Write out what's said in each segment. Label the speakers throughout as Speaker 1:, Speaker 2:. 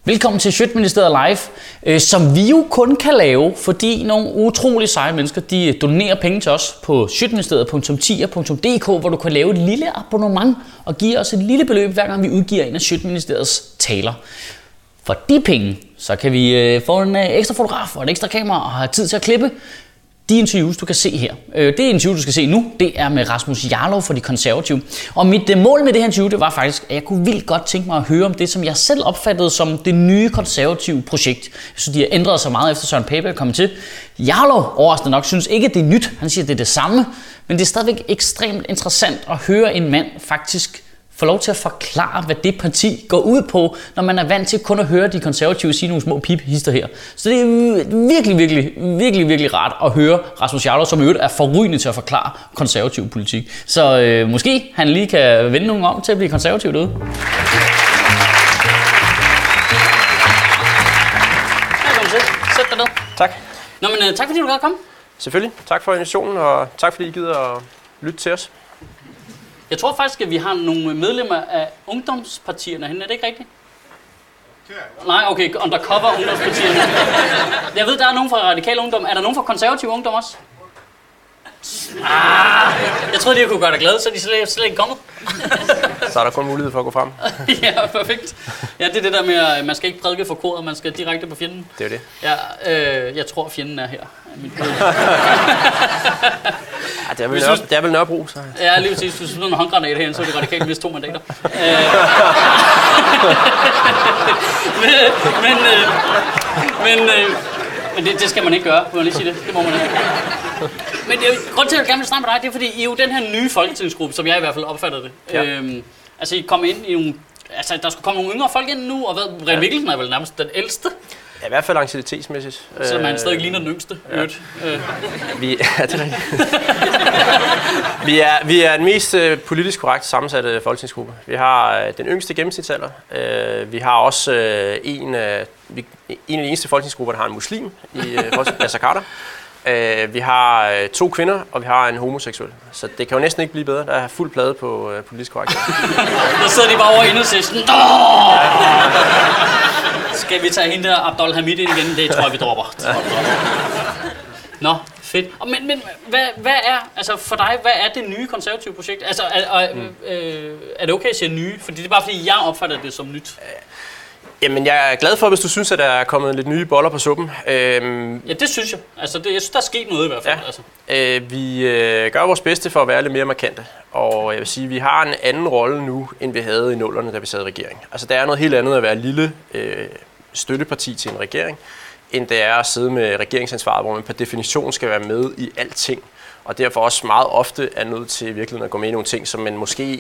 Speaker 1: Velkommen til Sjøtministeriet Live, som vi jo kun kan lave, fordi nogle utrolig seje mennesker, de donerer penge til os på sjøtministeriet.10.dk, hvor du kan lave et lille abonnement og give os et lille beløb, hver gang vi udgiver en af Sjøtministeriets taler. For de penge, så kan vi få en ekstra fotograf og et ekstra kamera og have tid til at klippe de interviews, du kan se her. Det interview, du skal se nu, det er med Rasmus Jarlov fra De Konservative. Og mit mål med det her interview, det var faktisk, at jeg kunne vildt godt tænke mig at høre om det, som jeg selv opfattede som det nye konservative projekt. Så de har ændret sig meget efter Søren Pape er kommet til. Jarlov, overraskende nok, synes ikke, det er nyt. Han siger, det er det samme. Men det er stadigvæk ekstremt interessant at høre en mand faktisk få lov til at forklare, hvad det parti går ud på, når man er vant til kun at høre de konservative sige nogle små piphister her. Så det er virkelig rart at høre Rasmus Jarlov, som i øvrigt er forrygende til at forklare konservativ politik. Så måske han lige kan vende nogen om til at blive konservativ derude. Velkommen til. Sæt dig ned.
Speaker 2: Tak.
Speaker 1: Nå, men tak fordi du gad komme.
Speaker 2: Selvfølgelig. Tak for invitationen, og tak fordi I gider at lytte til os.
Speaker 1: Jeg tror faktisk, at vi har nogle medlemmer af ungdomspartierne herinde. Er det ikke rigtigt? Nej, okay. Undercover ungdomspartierne. Jeg ved, der er nogen fra Radikal Ungdom. Er der nogen fra Konservativ Ungdom også? Jeg troede, de kunne gøre dig glad, så de slet ikke kommet.
Speaker 2: Så er der kun mulighed for at gå frem.
Speaker 1: Ja, perfekt. Ja, det er det der med, at man skal ikke prædike for koret, man skal direkte på fjenden.
Speaker 2: Det er det.
Speaker 1: Ja, jeg tror, fjenden er her.
Speaker 2: Ja, det er vel Nørrebro, så.
Speaker 1: Ja, lige præcis. Hvis du smider en håndgranat herinde, så er det radikalt miste 2 mandater. Men det skal man ikke gøre, må jeg lige sige det. Det må man ikke. Men grunden til, at jeg gerne vil snakke med dig, det er, fordi I er jo den her nye folketingsgruppe, som jeg i hvert fald opfattede det.
Speaker 2: Ja.
Speaker 1: Altså, I kom ind i nogle... Altså, der skulle komme nogle yngre folk ind nu, og Brian Mikkelsen er vel nærmest den ældste.
Speaker 2: Ja, i hvert fald anciennitetsmæssigt.
Speaker 1: Selvom han stadig ligner den yngste.
Speaker 2: Ja. Det er vi er den mest politisk korrekt sammensatte folketingsgruppe. Vi har den yngste gennemsnitsalder. Vi har også en af de eneste folketingsgrupper, der har en muslim i Nasser Khader. Vi har 2 kvinder, og vi har en homoseksuel. Så det kan jo næsten ikke blive bedre. Der er fuld plade på politisk korrekt.
Speaker 1: Der sidder de bare over Enhedslisten. Skal vi tage hende der Abdul Hamid ind igen? Det tror jeg, vi dropper. Nå, fedt. Men hvad er, altså for dig, hvad er det nye konservative projekt? Altså, er det okay at sige nye? Fordi det er bare fordi, jeg opfatter det som nyt.
Speaker 2: Jamen, jeg er glad for, hvis du synes, at der er kommet lidt nye boller på suppen.
Speaker 1: Ja, det synes jeg. Altså, jeg synes, der er sket noget i hvert fald. Ja. Altså.
Speaker 2: Vi gør vores bedste for at være lidt mere markante. Og jeg vil sige, at vi har en anden rolle nu, end vi havde i 00'erne, da vi sad i regering. Altså, der er noget helt andet at være lille støtteparti til en regering, end det er at sidde med regeringsansvaret, hvor man per definition skal være med i alting. Og derfor også meget ofte er nødt til i virkeligheden at gå med i nogle ting, som man måske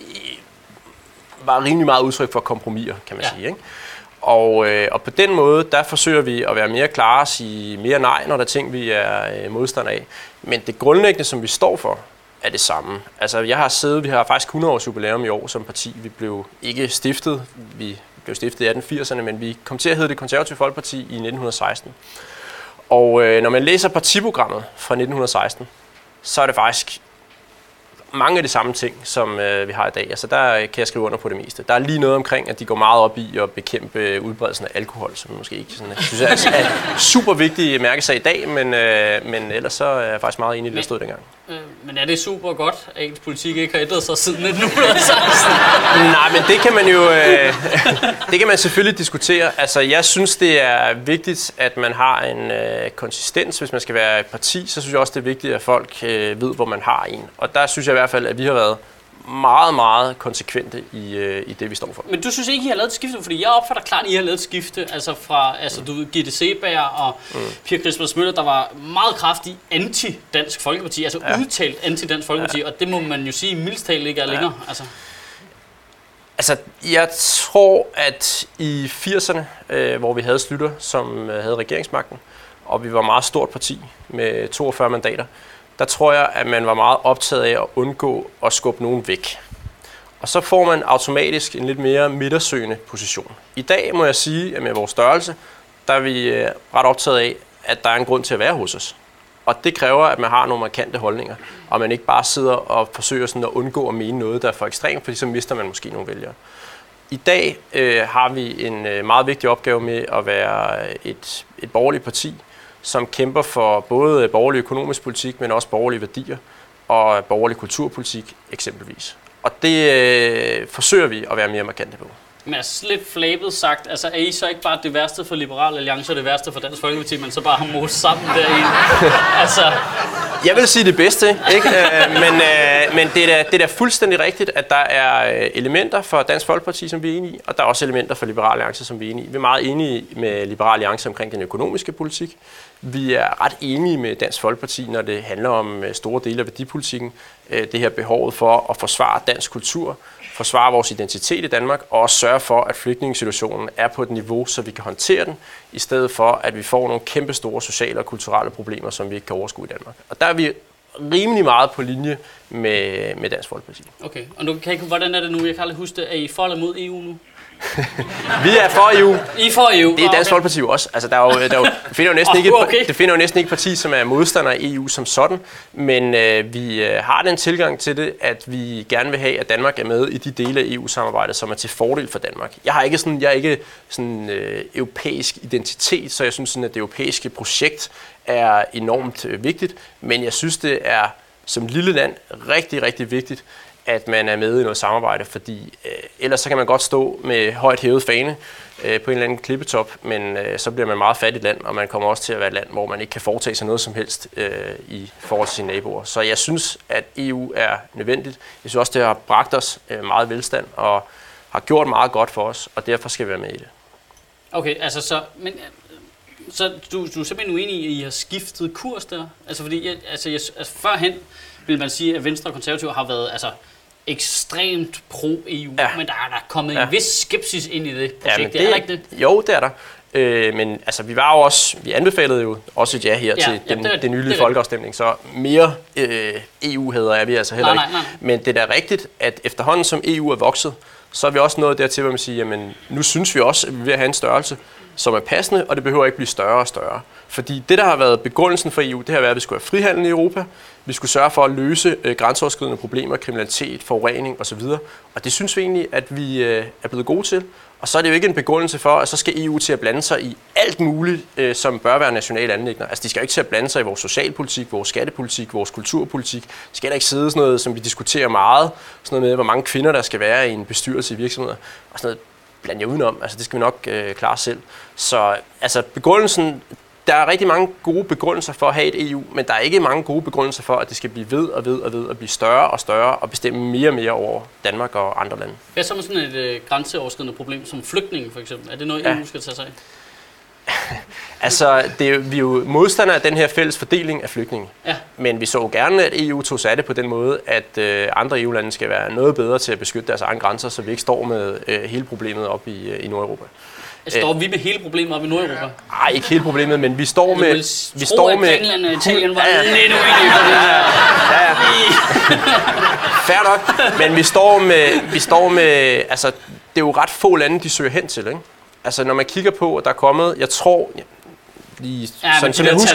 Speaker 2: var rimelig meget udtryk for kompromiser, kan man sige, ikke? Og på den måde, der forsøger vi at være mere klare og sige mere nej, når der er ting, vi er modstander af. Men det grundlæggende, som vi står for, er det samme. Altså, vi har faktisk 100 års jubilæum i år som parti. Vi blev ikke stiftet, vi blev stiftet i 1880'erne, men vi kom til at hedde Det Konservative Folkeparti i 1916. Og når man læser partiprogrammet fra 1916, så er det faktisk mange af de samme ting, som vi har i dag. Altså der kan jeg skrive under på det meste. Der er lige noget omkring, at de går meget op i at bekæmpe udbredelsen af alkohol, som måske ikke sådan, synes jeg er en super vigtig mærkesag i dag, men ellers så er jeg faktisk meget enig i det, der stod dengang.
Speaker 1: Men er det super godt, at ens politik ikke har ændret sig siden 1916?
Speaker 2: Nej, men det kan man jo det kan man selvfølgelig diskutere. Altså, jeg synes, det er vigtigt, at man har en konsistens. Hvis man skal være et parti, så synes jeg også, det er vigtigt, at folk ved, hvor man har en. Og der synes jeg i hvert fald, at vi har været meget, meget konsekvente i det, vi står for.
Speaker 1: Men du synes ikke, I har lavet et skifte? Fordi jeg opfatter klart, at I har lavet et skifte. Altså fra Gitte Seeberg og Pia Christmas Møller, der var meget kraftig anti-Dansk Folkeparti. Altså udtalt anti-Dansk Folkeparti. Ja. Og det må man jo sige, mildest talt ikke er længere.
Speaker 2: Altså, jeg tror, at i 80'erne, hvor vi havde Schlüter, som havde regeringsmagten, og vi var et meget stort parti med 42 mandater, der tror jeg, at man var meget optaget af at undgå at skubbe nogen væk. Og så får man automatisk en lidt mere midtersøgende position. I dag må jeg sige, at med vores størrelse, der er vi ret optaget af, at der er en grund til at være hos os. Og det kræver, at man har nogle markante holdninger, og man ikke bare sidder og forsøger sådan at undgå at mene noget, der er for ekstremt, fordi så mister man måske nogle vælgere. I dag har vi en meget vigtig opgave med at være et borgerligt parti, som kæmper for både borgerlig økonomisk politik, men også borgerlige værdier og borgerlig kulturpolitik eksempelvis. Og det forsøger vi at være mere markante på.
Speaker 1: Men altså lidt flabet sagt, altså er I så ikke bare det værste for Liberal Alliance og det værste for Dansk Folkeparti, men så bare har most sammen derinde? Altså...
Speaker 2: Jeg vil sige det bedste, ikke? Men det er da fuldstændig rigtigt, at der er elementer for Dansk Folkeparti, som vi er enige i, og der er også elementer for Liberal Alliance, som vi er enige i. Vi er meget enige med Liberal Alliance omkring den økonomiske politik. Vi er ret enige med Dansk Folkeparti, når det handler om store dele af værdipolitikken. Det her behovet for at forsvare dansk kultur, forsvare vores identitet i Danmark, og også sørge for, at flygtningesituationen er på et niveau, så vi kan håndtere den, i stedet for, at vi får nogle kæmpe store sociale og kulturelle problemer, som vi ikke kan overskue i Danmark. Og der er vi rimelig meget på linje med Dansk Folkeparti.
Speaker 1: Okay, og nu kan hvordan er det nu? Jeg kan aldrig huske det. Er I for eller mod EU nu?
Speaker 2: Vi er for EU.
Speaker 1: I er for EU?
Speaker 2: Det er Dansk Folkeparti jo også. Altså, det finder jo næsten ikke et parti, som er modstander af EU som sådan, men vi har den tilgang til det, at vi gerne vil have, at Danmark er med i de dele af EU-samarbejdet, som er til fordel for Danmark. Jeg er ikke sådan europæisk identitet, så jeg synes sådan, at det europæiske projekt er enormt vigtigt, men jeg synes, det er som lille land rigtig, rigtig vigtigt, at man er med i noget samarbejde, fordi ellers så kan man godt stå med højt hævet fane på en eller anden klippetop, men så bliver man meget fattigt land, og man kommer også til at være et land, hvor man ikke kan foretage sig noget som helst i forhold til sine naboer. Så jeg synes, at EU er nødvendigt. Jeg synes også, det har bragt os meget velstand og har gjort meget godt for os, og derfor skal vi være med i det.
Speaker 1: Okay, altså så du er simpelthen uenig i, at I har skiftet kurs der? Altså fordi, førhen vil man sige, at Venstre og Konservative har været ekstremt pro-EU, ja. Men der er kommet en vis skepsis ind i det projekt. Ja, er der ikke det?
Speaker 2: Jo, det er der. Men altså, vi anbefalede jo også et ja her til den nylige folkeafstemning, så mere EU-hader er vi altså heller ikke. Nej. Men det er da rigtigt, at efterhånden som EU er vokset, så er vi også nået dertil, hvor man siger, jamen nu synes vi også, at vi vil have en størrelse, som er passende, og det behøver ikke blive større og større. Fordi det, der har været begrundelsen for EU, det har været, at vi skulle have frihandel i Europa, vi skulle sørge for at løse grænseoverskridende problemer, kriminalitet, forurening osv. Og det synes vi egentlig, at vi er blevet gode til. Og så er det jo ikke en begrundelse for, at så skal EU til at blande sig i alt muligt, som bør være nationale anliggender. Altså, de skal jo ikke til at blande sig i vores socialpolitik, vores skattepolitik, vores kulturpolitik. De skal da ikke sidde sådan noget, som vi diskuterer meget, sådan noget med, hvor mange kvinder der skal være i en bestyrelse i virksomheder, og sådan noget blande jer udenom. Altså, det skal vi nok klare selv. Så altså, begrundelsen, der er rigtig mange gode begrundelser for at have et EU, men der er ikke mange gode begrundelser for, at det skal blive ved at blive større og større og bestemme mere og mere over Danmark og andre lande.
Speaker 1: Hvad så med sådan et grænseoverskridende problem som flygtninge for eksempel? Er det noget, EU skal tage sig af?
Speaker 2: Altså, vi er jo modstandere af den her fælles fordeling af flygtninge. Ja. Men vi så gerne, at EU tog sig af det på den måde, at andre EU-lande skal være noget bedre til at beskytte deres egne grænser, så vi ikke står med hele problemet op i Nordeuropa.
Speaker 1: Står vi med hele problemet op i Nordeuropa?
Speaker 2: Nej, ikke hele problemet, men vi står med...
Speaker 1: Vi står med England og Italien var lidt uenige på det her.
Speaker 2: Ja. Fair nok, men vi står med... Altså, det er jo ret få lande, de søger hen til, ikke? Altså, når man kigger på, at der er kommet... Jeg tror... jeg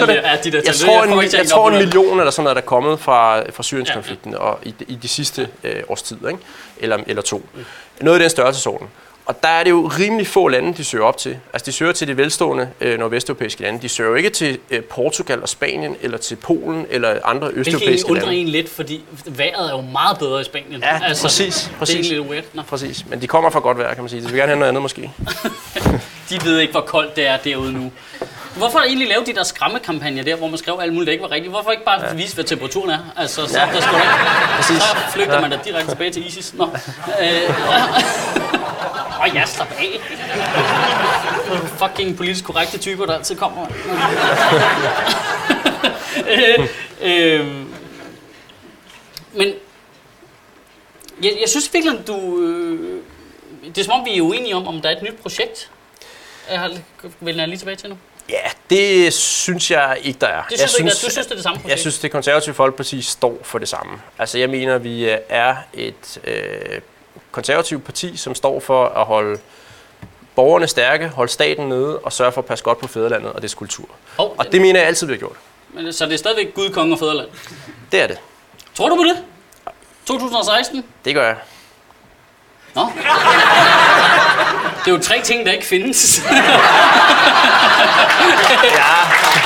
Speaker 2: tror 1 million eller sådan noget, der er kommet fra Syrienskonflikten og i de sidste års tid, ikke? Eller 2. Noget i den størrelsesorden. Og der er det jo rimelig få lande, de søger op til. Altså, de søger til de velstående nordvesteuropæiske lande. De søger jo ikke til Portugal og Spanien, eller til Polen, eller andre østeuropæiske lande.
Speaker 1: Det undrer en lidt, fordi vejret er jo meget bedre i Spanien.
Speaker 2: Ja, altså, præcis.
Speaker 1: Det er lidt weird.
Speaker 2: Præcis, men de kommer fra godt vejr, kan man sige. De vil gerne have noget andet, måske.
Speaker 1: De ved ikke, hvor koldt det er derude nu. Hvorfor egentlig lave de der skræmmekampagner der, hvor man skrev alt muligt, der ikke var rigtigt? Hvorfor ikke bare vise, hvad temperaturen er? Altså, så, der skulle ikke. Så flygter man da direkte tilbage til ISIS. Nå. Jeg slap af. Fucking politisk korrekte typer, der altid kommer. Men jeg synes virkelig, det er som om, vi er uenige om der er et nyt projekt. Vil jeg lige tilbage til nu?
Speaker 2: Ja, det synes jeg ikke, der er.
Speaker 1: Du synes, det er det samme projekt?
Speaker 2: Jeg synes, det Konservative Folkeparti står for det samme. Altså, jeg mener, vi er et konservativt parti, som står for at holde borgerne stærke, holde staten nede og sørge for at passe godt på fædrelandet og dets kultur. Og det mener jeg altid, vi har gjort.
Speaker 1: Men, så det er stadigvæk Gud, konge og fædreland?
Speaker 2: Det er det.
Speaker 1: Tror du på det? 2016?
Speaker 2: Det gør jeg.
Speaker 1: Nå? Det er jo 3 ting, der ikke findes.
Speaker 2: Ja.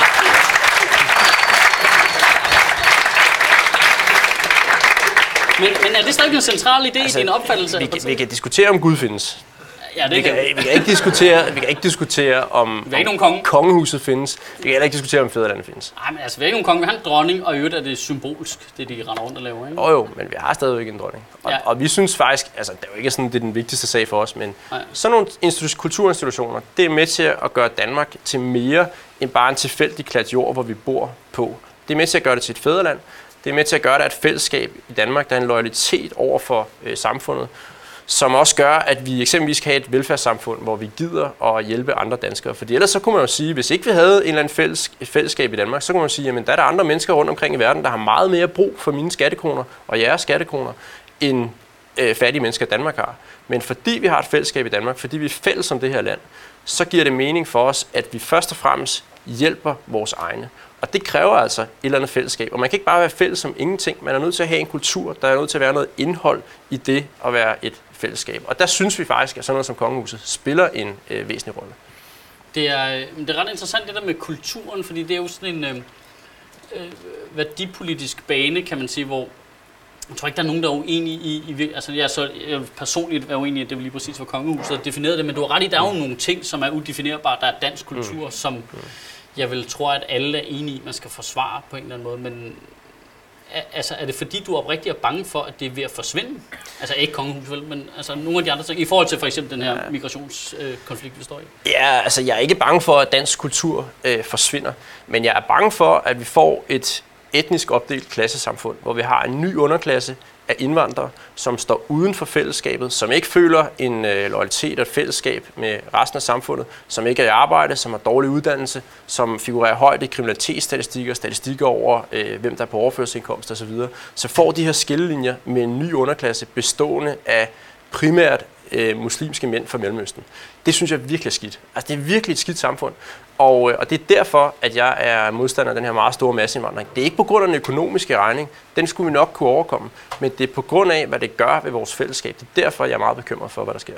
Speaker 1: Men er det stadig en central idé i din opfattelse?
Speaker 2: Vi kan diskutere, om Gud findes.
Speaker 1: Ja, det
Speaker 2: vi kan ikke diskutere, om kongehuset findes. Vi kan heller ikke diskutere, om fædrelandet findes.
Speaker 1: Nej, men altså, vi er ikke nogen konge. Vi har en dronning, og i øvrigt er det symbolsk, det de render rundt og laver, ikke?
Speaker 2: Jo, men vi har stadigvæk en dronning. Og vi synes faktisk, altså det er jo ikke sådan, det er den vigtigste sag for os, men sådan nogle kulturinstitutioner, det er med til at gøre Danmark til mere end bare en tilfældig klat jord, hvor vi bor på. Det er med til at gøre det til et fædreland. Det er med til at gøre, at der er et fællesskab i Danmark, der er en loyalitet over for samfundet, som også gør, at vi eksempelvis kan have et velfærdssamfund, hvor vi gider at hjælpe andre danskere. Fordi ellers så kunne man jo sige, hvis ikke vi havde en eller anden fællesskab i Danmark, så kunne man sige, jamen der er der andre mennesker rundt omkring i verden, der har meget mere brug for mine skattekroner og jeres skattekroner, end fattige mennesker i Danmark har. Men fordi vi har et fællesskab i Danmark, fordi vi er fælles om det her land, så giver det mening for os, at vi først og fremmest hjælper vores egne. Og det kræver altså et eller andet fællesskab. Og man kan ikke bare være fælles som ingenting. Man er nødt til at have en kultur. Der er nødt til at være noget indhold i det at være et fællesskab. Og der synes vi faktisk, at sådan noget som kongehuset spiller en væsentlig rolle.
Speaker 1: Det er ret interessant det der med kulturen, fordi det er jo sådan en værdipolitisk bane, kan man sige, hvor jeg tror ikke, der er nogen, der er uenige i altså jeg personligt er uenig i, at det var lige præcis for kongehuset og definerede det, men du har ret i, der er jo nogle ting, som er udefinerbare. Der er dansk kultur, som jeg vil tro, at alle er enige i, man skal forsvare på en eller anden måde, men altså, er det fordi, du oprigtigt er bange for, at det er ved at forsvinde? Altså ikke kongehuset, men altså nogle af de andre ting, i forhold til for eksempel den her migrationskonflikt, vi står i?
Speaker 2: Ja, altså jeg er ikke bange for, at dansk kultur forsvinder, men jeg er bange for, at vi får et etnisk opdelt klassesamfund, hvor vi har en ny underklasse af indvandrere, som står uden for fællesskabet, som ikke føler en loyalitet og et fællesskab med resten af samfundet, som ikke er i arbejde, som har dårlig uddannelse, som figurerer højt i kriminalitetsstatistikker, statistikker over, hvem der er på overførselsindkomst osv. Så får de her skillelinjer med en ny underklasse bestående af primært muslimske mænd fra Mellemøsten. Det synes jeg er virkelig skidt. Altså det er virkelig et skidt samfund. Og det er derfor, at jeg er modstander af den her meget store masseindvandring. Det er ikke på grund af den økonomiske regning. Den skulle vi nok kunne overkomme. Men det er på grund af, hvad det gør ved vores fællesskab. Det er derfor, jeg er meget bekymret for, hvad der sker.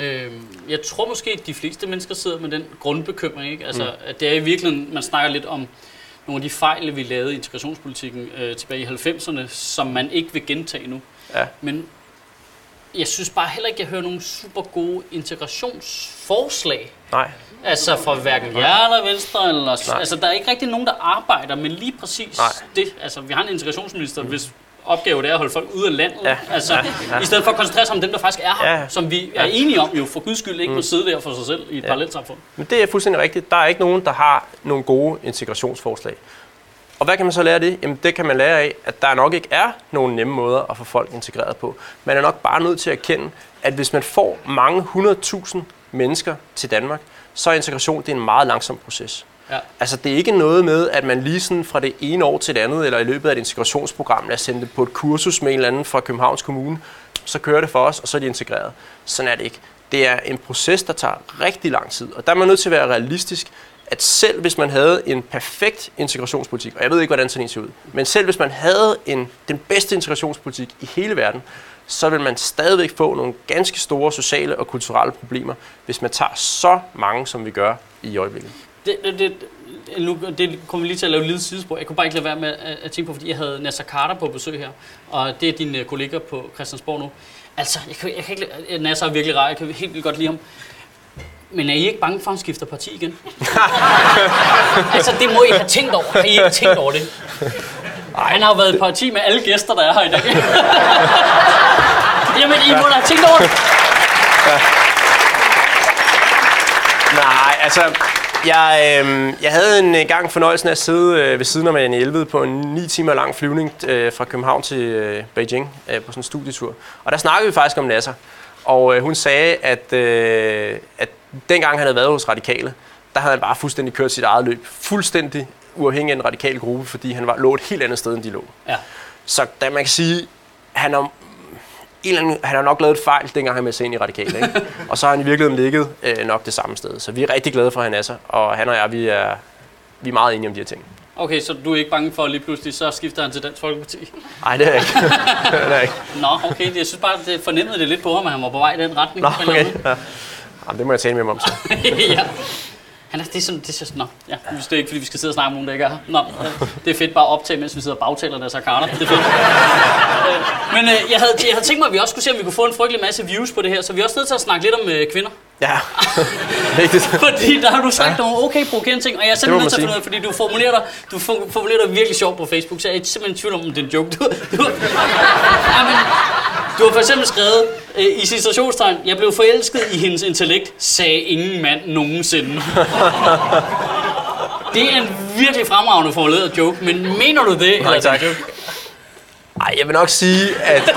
Speaker 1: Jeg tror måske, at de fleste mennesker sidder med den grundbekymring. Ikke? Altså, at det er i virkeligheden, man snakker lidt om nogle af de fejl, vi lavede i integrationspolitikken tilbage i 90'erne, som man ikke vil gentage nu. Ja. Men jeg synes bare heller ikke, jeg hører nogle super gode integrationsforslag.
Speaker 2: Nej.
Speaker 1: Altså for hverken jer eller Venstre, eller, altså der er ikke rigtig nogen, der arbejder med lige præcis det. Altså vi har en integrationsminister, hvis opgave det er at holde folk ude af landet, i stedet for at koncentrere sig om dem, der faktisk er her, som vi er enige om jo for guds skyld ikke må sidde der for sig selv i et parallelsamfund. Men
Speaker 2: det er fuldstændig rigtigt. Der er ikke nogen, der har nogle gode integrationsforslag. Og hvad kan man så lære af det? Jamen det kan man lære af, at der nok ikke er nogen nemme måder at få folk integreret på. Man er nok bare nødt til at erkende, at hvis man får mange 100.000 mennesker til Danmark, så er integration det er en meget langsom proces. Ja. Altså det er ikke noget med, at man lige sådan fra det ene år til det andet, eller i løbet af et integrationsprogram, lader sende det på et kursus med en eller anden fra Københavns Kommune, så kører det for os, og så er de integreret. Sådan er det ikke. Det er en proces, der tager rigtig lang tid, og der er man nødt til at være realistisk, at selv hvis man havde en perfekt integrationspolitik, og jeg ved ikke, hvordan sådan en ser ud, men selv hvis man havde den bedste integrationspolitik i hele verden, så vil man stadigvæk få nogle ganske store sociale og kulturelle problemer, hvis man tager så mange, som vi gør i øjeblikket.
Speaker 1: Det kommer vi lige til at lave et lille sidespor. Jeg kunne bare ikke lade være med at tænke på, fordi jeg havde Naser Khader på besøg her, og det er dine kolleger på Christiansborg nu. Altså, jeg kan ikke, Naser er virkelig rar, jeg kan helt vildt godt lide ham. Men er I ikke bange for, at han skifter parti igen? Altså, det må I have tænkt over. Har I ikke tænkt over det? Han har jo været et parti med alle gæster, der er her i dag. Jamen, I må da have tænkt over det.
Speaker 2: Nej, altså, jeg havde en gang fornøjelsen af at sidde ved siden af Marianne Jelved på en 9 timer lang flyvning fra København til Beijing på sådan en studietur. Og der snakkede vi faktisk om Naser. Og hun sagde, at dengang han havde været hos Radikale, der havde han bare fuldstændig kørt sit eget løb. Fuldstændig uafhængig af den radikale gruppe, fordi han lå et helt andet sted, end de lå. Ja. Så da man kan sige, han har nok lavet et fejl, dengang han med sig ind i Radikale. Ikke? Og så har han i virkeligheden ligget nok det samme sted. Så vi er rigtig glade for, at han er så. Og han og jeg, vi er meget enige om de her ting.
Speaker 1: Okay, så du er ikke bange for, at lige pludselig så skifter han til Dansk Folkeparti?
Speaker 2: Nej, det er jeg ikke. Det er ikke.
Speaker 1: Nå, okay. Jeg synes bare, det fornemmede det lidt på ham, at han var på vej i den retning.
Speaker 2: Nå, okay. Ja. Jamen, det må jeg tale med ham om så.
Speaker 1: Ja. Det er sådan, ja, det er ikke, fordi vi skal sidde og snakke om nogen, der ikke er her. Nå, det er fedt bare at optage, mens vi sidder og bagtaler deres arkader. Det er fedt. Men jeg havde tænkt mig, at vi også skulle se, om vi kunne få en frygtelig masse views på det her, så vi er også nødt til at snakke lidt om kvinder.
Speaker 2: Ja, vigtigt.
Speaker 1: Fordi der har du sagt nogle okay provokerende ting, og jeg er simpelthen nødt til at finde ud af, fordi du formulerer dig virkelig sjovt på Facebook, så jeg er simpelthen i tvivl om det er en joke. Du har for eksempel skrevet i citationstegn, jeg blev forelsket i hendes intellekt, sagde ingen mand nogensinde. Det er en virkelig fremragende formuleret joke, men mener du det?
Speaker 2: Nej, tak. Nej, jeg vil nok sige, at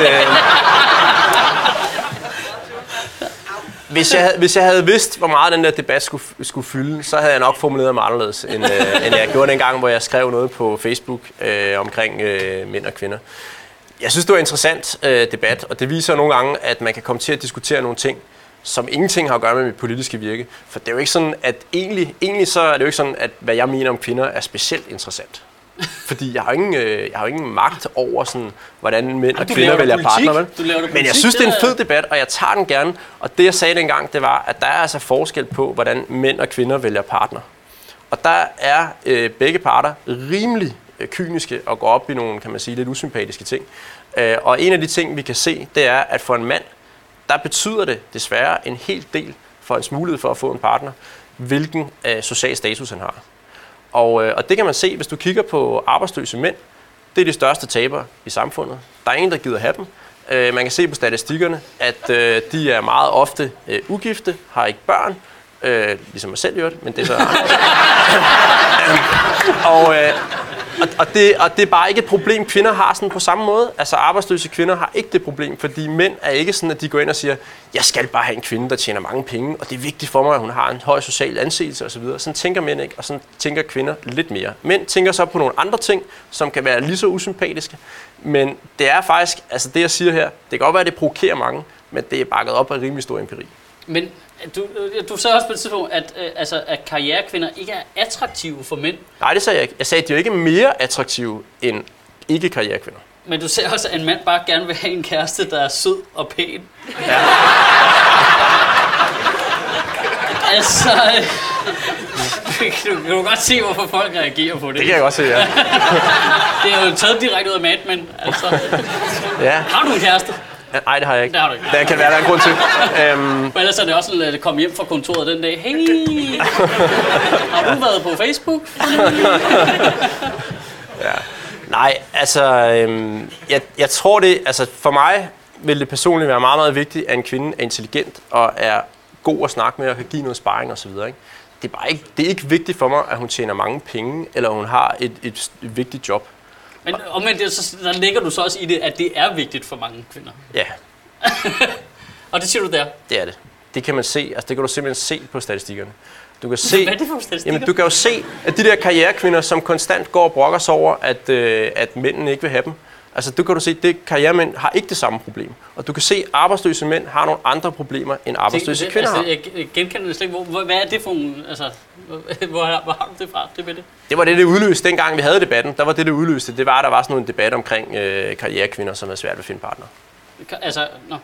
Speaker 2: hvis jeg havde vidst, hvor meget den der debat skulle fylde, så havde jeg nok formuleret mig anderledes, end jeg gjorde dengang, hvor jeg skrev noget på Facebook omkring mænd og kvinder. Jeg synes, det var en interessant debat, og det viser nogle gange, at man kan komme til at diskutere nogle ting, som ingenting har at gøre med mit politiske virke. For det er jo ikke sådan, at egentlig så er det jo ikke sådan, at hvad jeg mener om kvinder er specielt interessant. Fordi jeg har jo ingen magt over, sådan, hvordan mænd og kvinder vælger partner. Men jeg synes, det er en fed debat, og jeg tager den gerne. Og det, jeg sagde dengang, det var, at der er altså forskel på, hvordan mænd og kvinder vælger partner. Og der er begge parter rimelig kyniske og går op i nogle, kan man sige, lidt usympatiske ting. Og en af de ting, vi kan se, det er, at for en mand, der betyder det desværre en hel del for hans mulighed for at få en partner, hvilken social status han har. Og det kan man se, hvis du kigger på arbejdsløse mænd. Det er de største tabere i samfundet. Der er ingen, der gider have dem. Man kan se på statistikkerne, at de er meget ofte ugifte, har ikke børn. Ligesom mig selv gjort, men det er så og det er bare ikke et problem, kvinder har sådan på samme måde. Altså arbejdsløse kvinder har ikke det problem, fordi mænd er ikke sådan, at de går ind og siger, jeg skal bare have en kvinde, der tjener mange penge, og det er vigtigt for mig, at hun har en høj social anseelse osv. Sådan tænker mænd ikke, og sådan tænker kvinder lidt mere. Mænd tænker så på nogle andre ting, som kan være lige så usympatiske, men det er faktisk, altså det jeg siger her, det kan godt være, at det provokerer mange, men det er bakket op af rimelig stor empiri. Men
Speaker 1: du sagde også på et tidspunkt, at karrierekvinder ikke er attraktive for mænd.
Speaker 2: Nej, det sagde jeg ikke. Jeg sagde, at de er ikke mere attraktive end ikke-karrierekvinder.
Speaker 1: Men du sagde også, at en mand bare gerne vil have en kæreste, der er sød og pæn.
Speaker 2: Ja.
Speaker 1: Altså, du kan godt se, hvorfor folk reagerer på det.
Speaker 2: Det kan jeg godt se, ja.
Speaker 1: Det er jo taget direkte ud af Mad Men. Altså.
Speaker 2: Ja.
Speaker 1: Har du en kæreste?
Speaker 2: Nej, det har jeg ikke.
Speaker 1: Det har du ikke.
Speaker 2: Det kan være, der er en grund til.
Speaker 1: Men ellers er det også sådan, at komme hjem fra kontoret den dag. Hey, har du været på Facebook?
Speaker 2: Ja. Nej, altså, jeg tror det, altså for mig vil det personligt være meget, meget vigtigt, at en kvinde er intelligent og er god at snakke med og kan give noget sparring osv. Det er ikke vigtigt for mig, at hun tjener mange penge, eller hun har et vigtigt job.
Speaker 1: Men der ligger du så også i det, at det er vigtigt for mange kvinder.
Speaker 2: Ja.
Speaker 1: Og det siger du der?
Speaker 2: Det er det. Det kan man se. Altså, det kan du simpelthen se på statistikkerne. Du kan se,
Speaker 1: hvad er det for statistikker?
Speaker 2: Jamen, du kan jo se, at de der karrierekvinder, som konstant går og brokker sig over, at mændene ikke vil have dem. Altså, du kan se, at karrieremænd har ikke det samme problem. Og du kan se, at arbejdsløse mænd har nogle andre problemer, end arbejdsløse kvinder har.
Speaker 1: Jeg genkender det slet ikke. Hvad er det for en... Altså, hvor har du det fra?
Speaker 2: Det var det udløste, dengang vi havde debatten. Der var det udløste. Det var, at der var sådan en debat omkring karrierekvinder, som er svært ved at finde partner.
Speaker 1: Altså, nå.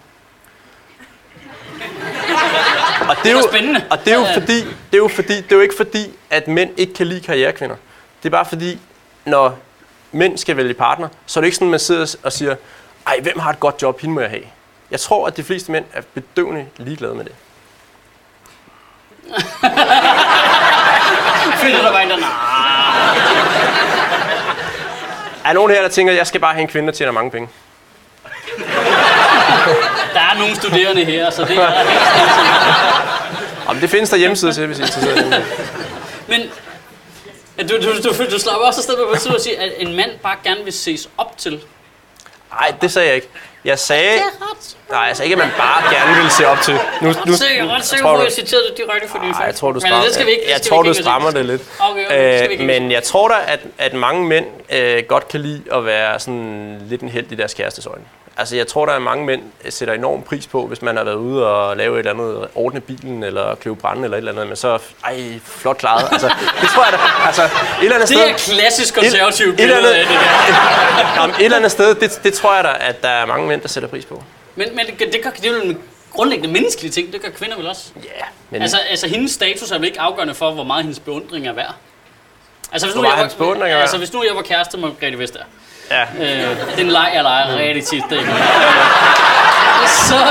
Speaker 2: Og det er jo spændende. Og det er jo ikke fordi, at mænd ikke kan lide karrierekvinder. Det er bare fordi, når mænd skal vælge partner, så er det ikke sådan, at man sidder og siger, ej, hvem har et godt job, hende må jeg have. Jeg tror, at de fleste mænd er bedøvende ligeglade med det.
Speaker 1: Finder der bare en, der
Speaker 2: er nogen her, der tænker, at jeg skal bare have en kvinde, der tjener mange penge?
Speaker 1: Der er nogle studerende her, så det er
Speaker 2: det findes der hjemmesider til, hvis I er interesseret.
Speaker 1: Men du slapper også afsted på at sige, at en mand bare gerne vil ses op til.
Speaker 2: Nej, det sagde jeg ikke. Jeg sagde... Nej, jeg sagde ikke, at man bare gerne ville se op til.
Speaker 1: Jeg er ret sikker på, at jeg citerede det direkte for din
Speaker 2: jeg tror, du strammer det lidt.
Speaker 1: Okay,
Speaker 2: men jeg tror da, at mange mænd godt kan lide at være sådan lidt en helt i deres kærestes øjne. Altså, jeg tror, der er mange mænd, sætter enorm pris på, hvis man har været ude og lave et eller andet, ordne bilen, eller købe brænde, eller et eller andet, men så, flot klaret. Altså, det tror jeg da, altså, et eller andet sted...
Speaker 1: Det er klassisk konservativt billede af det der.
Speaker 2: Et eller andet sted, det tror jeg da, at der er mange mænd, der sætter pris på.
Speaker 1: Men det grundlæggende menneskelige ting. Det gør kvinder vel også.
Speaker 2: Ja, men...
Speaker 1: Altså hendes status er vel ikke afgørende for, hvor meget hendes beundring er værd? Altså hvis nu jeg var kæreste med Margrethe Vestager.
Speaker 2: Ja.
Speaker 1: Den leg, jeg leger rigtig tit. Det så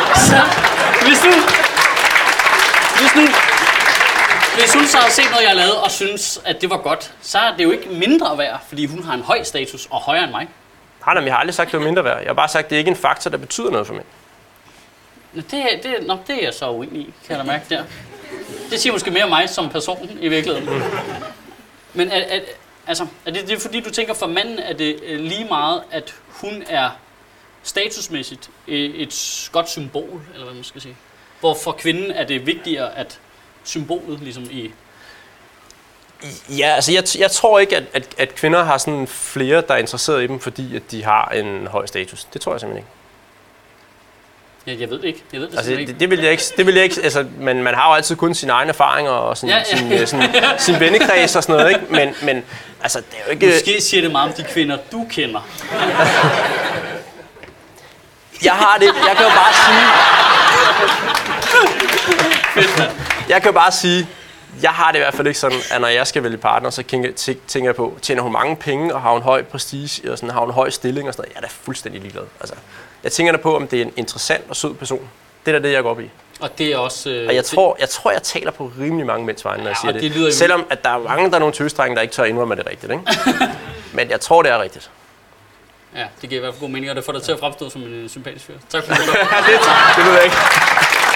Speaker 1: hvis hun så har set noget, jeg har lavet, og synes, at det var godt, så er det jo ikke mindre værd, fordi hun har en høj status og højere end mig.
Speaker 2: Nej, men jeg har aldrig sagt, at det var mindre værd. Jeg har bare sagt, at det ikke er en faktor, der betyder noget for mig.
Speaker 1: Det er jeg så uenig i, kan jeg mærke der. Det siger måske mere mig som person i virkeligheden. Men er det fordi, du tænker, for manden er det lige meget, at hun er statusmæssigt et godt symbol, eller hvad man skal sige? Hvor for kvinden er det vigtigere, at symbolet ligesom i...
Speaker 2: Ja, altså jeg tror ikke, at kvinder har sådan flere, der er interesseret i dem, fordi at de har en høj status. Det tror jeg simpelthen ikke.
Speaker 1: Ja, jeg ved det ikke.
Speaker 2: Det vil jeg ikke. Altså, man har jo altid kun sine egne erfaringer og sin vennekreds og sådan noget, ikke? Men altså, det er jo ikke...
Speaker 1: Måske siger det meget om de kvinder, du kender.
Speaker 2: Jeg kan jo bare sige, jeg har det i hvert fald ikke sådan, at når jeg skal vælge partner, så tænker jeg på, tjener hun mange penge og har hun høj prestige og sådan, har hun høj stilling og sådan noget. Jeg er da fuldstændig ligeglad. Altså, jeg tænker da på, om det er en interessant og sød person. Det er da det, jeg går op i.
Speaker 1: Og det er også...
Speaker 2: Og jeg tror, jeg taler på rimelig mange mænds vegne, når jeg siger det. Selvom at der er mange, der er nogle tøsdrenge, der ikke tør indrømme, at det er rigtigt, ikke? Men jeg tror, det er rigtigt.
Speaker 1: Ja, det giver i hvert fald god mening, og det får dig til at fremstå som en sympatisk fyr. Tak for det.
Speaker 2: Det ved jeg ikke.